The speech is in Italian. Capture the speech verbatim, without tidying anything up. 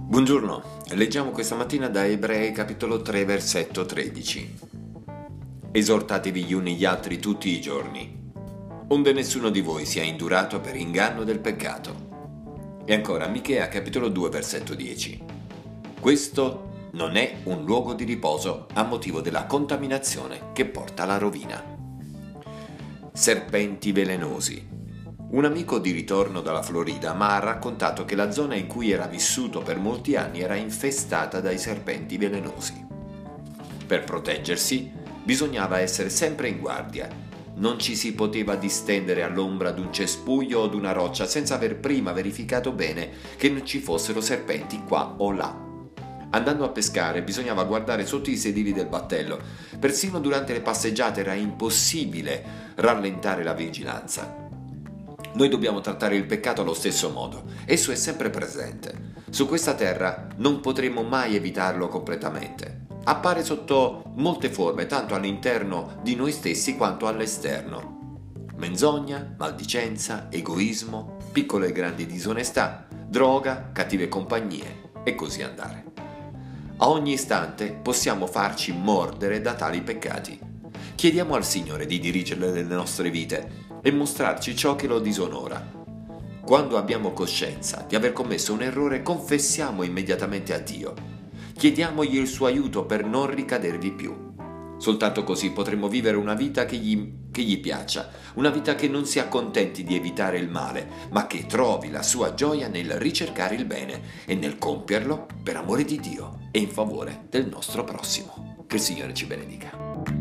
Buongiorno, leggiamo questa mattina da Ebrei capitolo tre versetto tredici. Esortatevi gli uni gli altri tutti i giorni, onde nessuno di voi sia indurato per inganno del peccato. E ancora Michea capitolo due versetto dieci. Questo non è un luogo di riposo a motivo della contaminazione che porta alla rovina. Serpenti velenosi. Un amico di ritorno dalla Florida mi ha raccontato che la zona in cui era vissuto per molti anni era infestata dai serpenti velenosi. Per proteggersi bisognava essere sempre in guardia. Non ci si poteva distendere all'ombra d'un cespuglio o d'una roccia senza aver prima verificato bene che non ci fossero serpenti qua o là. Andando a pescare bisognava guardare sotto i sedili del battello. Persino durante le passeggiate era impossibile rallentare la vigilanza. Noi dobbiamo trattare il peccato allo stesso modo. Esso è sempre presente. Su questa terra non potremo mai evitarlo completamente. Appare sotto molte forme, tanto all'interno di noi stessi quanto all'esterno. Menzogna, maldicenza, egoismo, piccole e grandi disonestà, droga, cattive compagnie e così andare. A ogni istante possiamo farci mordere da tali peccati. Chiediamo al Signore di dirigere le nostre vite e mostrarci ciò che lo disonora. Quando abbiamo coscienza di aver commesso un errore, confessiamo immediatamente a Dio. Chiediamogli il suo aiuto per non ricadervi più. Soltanto così potremo vivere una vita che gli, che gli piaccia, una vita che non si accontenti di evitare il male, ma che trovi la sua gioia nel ricercare il bene e nel compierlo per amore di Dio e in favore del nostro prossimo. Che il Signore ci benedica.